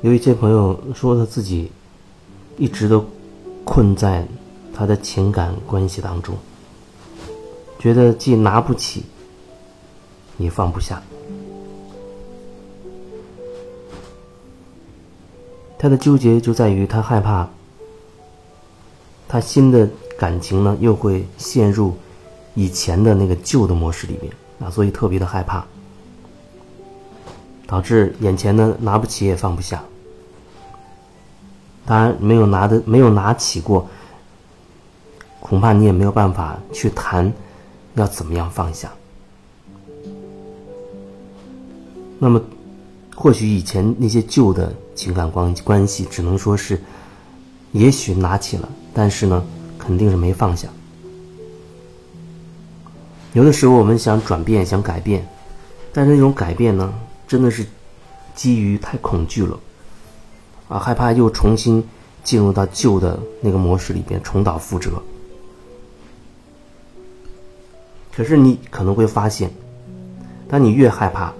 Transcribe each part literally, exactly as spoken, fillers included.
有一些朋友说他自己一直都困在他的情感关系当中，觉得既拿不起也放不下。他的纠结就在于他害怕他新的感情呢又会陷入以前的那个旧的模式里面啊，所以特别的害怕，导致眼前呢拿不起也放不下。当然没有拿的没有拿起过，恐怕你也没有办法去谈要怎么样放下。那么或许以前那些旧的情感关关系只能说是也许拿起了，但是呢肯定是没放下。有的时候我们想转变想改变，但是那种改变呢真的是基于太恐惧了啊，害怕又重新进入到旧的那个模式里边重蹈覆辙。可是你可能会发现，当你越害怕，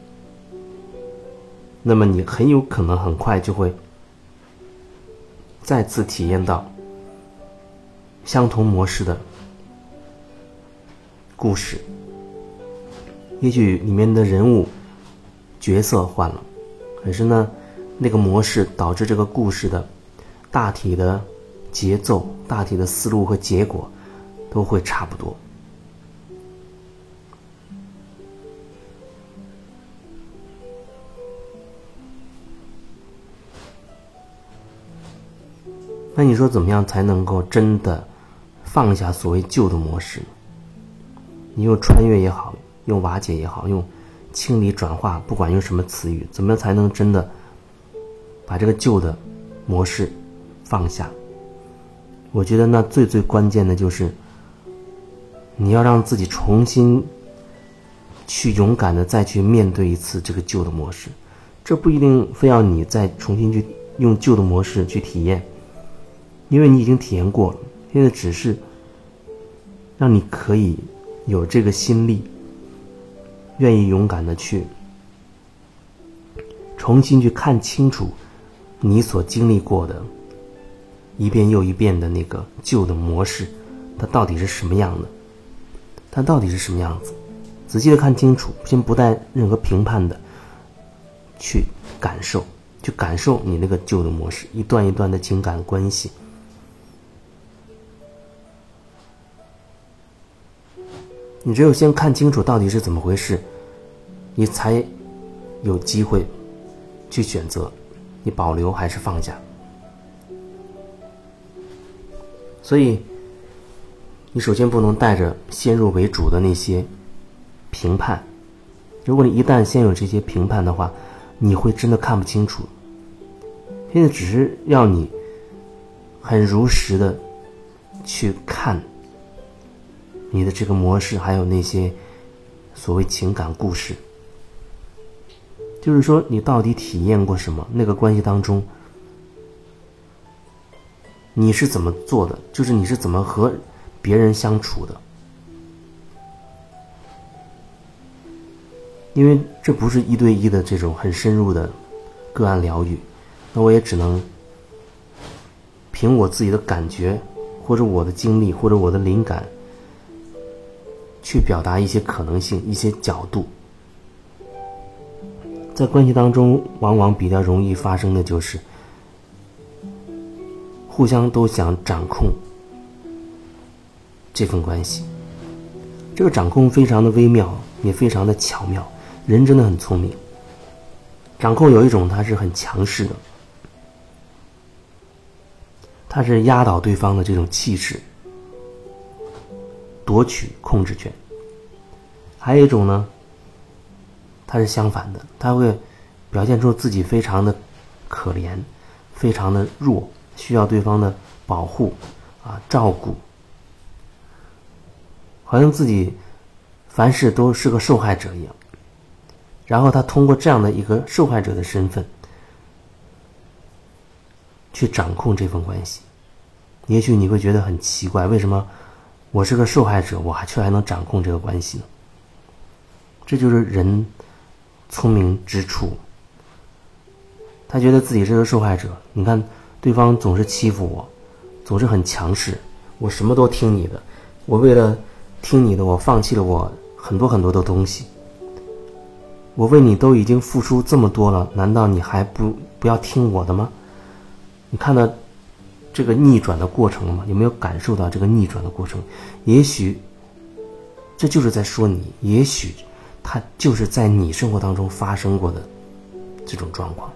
那么你很有可能很快就会再次体验到相同模式的故事。也许里面的人物角色换了，可是呢那个模式导致这个故事的大体的节奏、大体的思路和结果都会差不多。那你说怎么样才能够真的放下所谓旧的模式？你用穿越也好，用瓦解也好，用清理转化，不管用什么词语，怎么样才能真的把这个旧的模式放下？我觉得那最最关键的就是你要让自己重新去勇敢的再去面对一次这个旧的模式。这不一定非要你再重新去用旧的模式去体验，因为你已经体验过了，现在只是让你可以有这个心力，愿意勇敢的去重新去看清楚你所经历过的一遍又一遍的那个旧的模式，它到底是什么样的，它到底是什么样子，仔细的看清楚，先不带任何评判的去感受，去感受你那个旧的模式，一段一段的情感关系。你只有先看清楚到底是怎么回事，你才有机会去选择你保留还是放下。所以你首先不能带着先入为主的那些评判，如果你一旦先有这些评判的话，你会真的看不清楚。现在只是要你很如实的去看你的这个模式，还有那些所谓情感故事，就是说你到底体验过什么，那个关系当中你是怎么做的，就是你是怎么和别人相处的。因为这不是一对一的这种很深入的个案疗愈，那我也只能凭我自己的感觉，或者我的经历，或者我的灵感，去表达一些可能性，一些角度。在关系当中往往比较容易发生的就是互相都想掌控这份关系，这个掌控非常的微妙，也非常的巧妙，人真的很聪明。掌控有一种它是很强势的，它是压倒对方的这种气势，夺取控制权。还有一种呢，它是相反的，它会表现出自己非常的可怜，非常的弱，需要对方的保护啊照顾，好像自己凡事都是个受害者一样。然后他通过这样的一个受害者的身份去掌控这份关系。也许你会觉得很奇怪，为什么我是个受害者，我还却还能掌控这个关系呢？这就是人聪明之处。 他觉得自己是个受害者。你看，对方总是欺负我，总是很强势，我什么都听你的，我为了听你的，我放弃了我很多很多的东西。我为你都已经付出这么多了，难道你还不不要听我的吗？你看到这个逆转的过程了吗？有没有感受到这个逆转的过程？也许这就是在说你，也许它就是在你生活当中发生过的这种状况。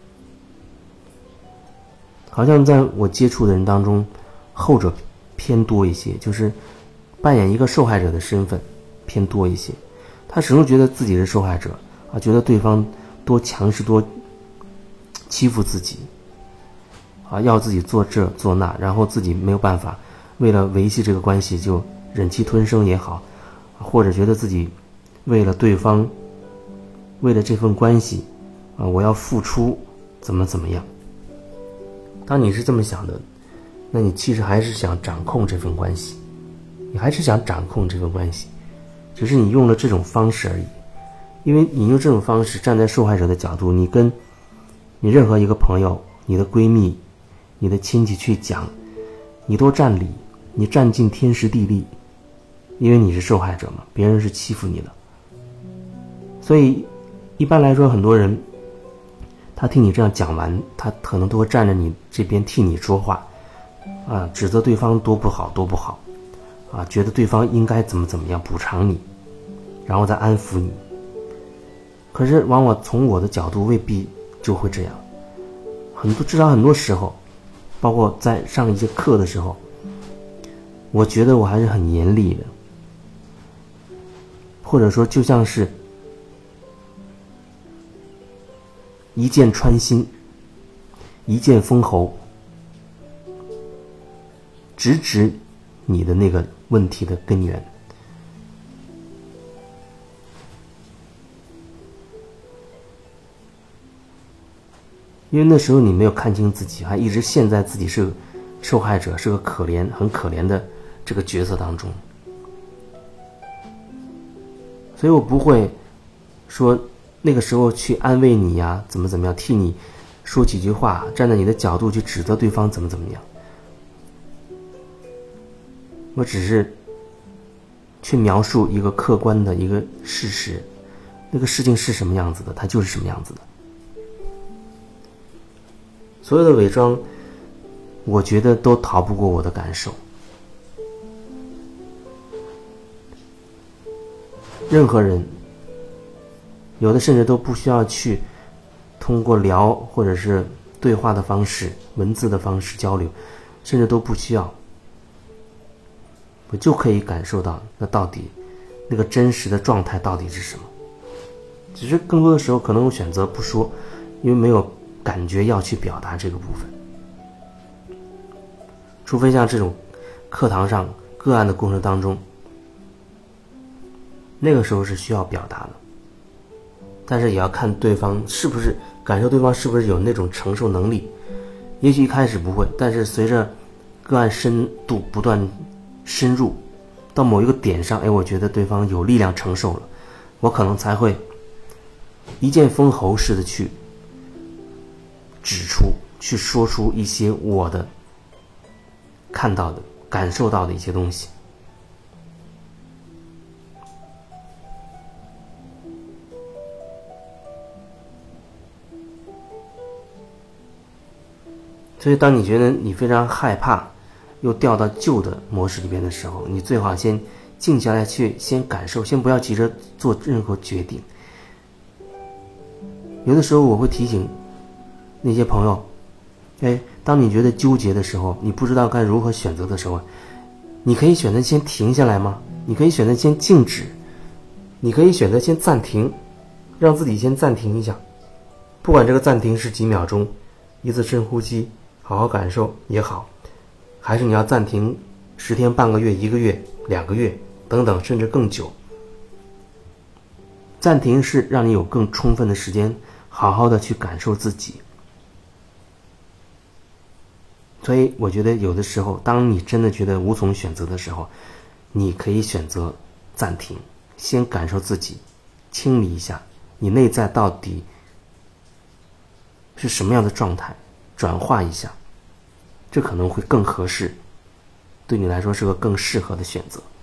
好像在我接触的人当中，后者偏多一些，就是扮演一个受害者的身份偏多一些。他始终觉得自己是受害者啊，觉得对方多强势，多欺负自己啊，要自己做这做那，然后自己没有办法，为了维系这个关系就忍气吞声也好，或者觉得自己为了对方，为了这份关系啊，我要付出怎么怎么样。当你是这么想的，那你其实还是想掌控这份关系，你还是想掌控这份关系，只是你用了这种方式而已。因为你用这种方式站在受害者的角度，你跟你任何一个朋友、你的闺蜜、你的亲戚去讲，你都占理，你占尽天时地利，因为你是受害者嘛，别人是欺负你的。所以一般来说，很多人他听你这样讲完，他可能都会站着你这边替你说话啊，指责对方多不好多不好啊，觉得对方应该怎么怎么样补偿你，然后再安抚你。可是往往从我的角度未必就会这样，很多至少很多时候，包括在上一节课的时候，我觉得我还是很严厉的，或者说就像是一箭穿心，一箭封喉，直指你的那个问题的根源。因为那时候你没有看清自己，还一直陷在自己是个受害者，是个可怜很可怜的这个角色当中，所以我不会说那个时候去安慰你呀，怎么怎么样，替你说几句话，站在你的角度去指责对方怎么怎么样。我只是去描述一个客观的一个事实，那个事情是什么样子的，它就是什么样子的。所有的伪装，我觉得都逃不过我的感受。任何人，有的甚至都不需要去通过聊或者是对话的方式、文字的方式交流，甚至都不需要，我就可以感受到那到底那个真实的状态到底是什么。只是更多的时候可能我选择不说，因为没有感觉要去表达这个部分，除非像这种课堂上个案的过程当中，那个时候是需要表达的，但是也要看对方是不是感受，对方是不是有那种承受能力。也许一开始不会，但是随着个案深度不断深入到某一个点上，哎，我觉得对方有力量承受了，我可能才会一剑封喉似的去指出，去说出一些我的看到的、感受到的一些东西。所以当你觉得你非常害怕又掉到旧的模式里边的时候，你最好先静下来，去先感受，先不要急着做任何决定。有的时候我会提醒那些朋友，哎，当你觉得纠结的时候，你不知道该如何选择的时候，你可以选择先停下来吗？你可以选择先静止，你可以选择先暂停，让自己先暂停一下，不管这个暂停是几秒钟，一次深呼吸，好好感受也好，还是你要暂停十天、半个月、一个月、两个月等等，甚至更久。暂停是让你有更充分的时间好好的去感受自己。所以我觉得有的时候，当你真的觉得无从选择的时候，你可以选择暂停，先感受自己，清理一下你内在到底是什么样的状态，转化一下，这可能会更合适，对你来说是个更适合的选择。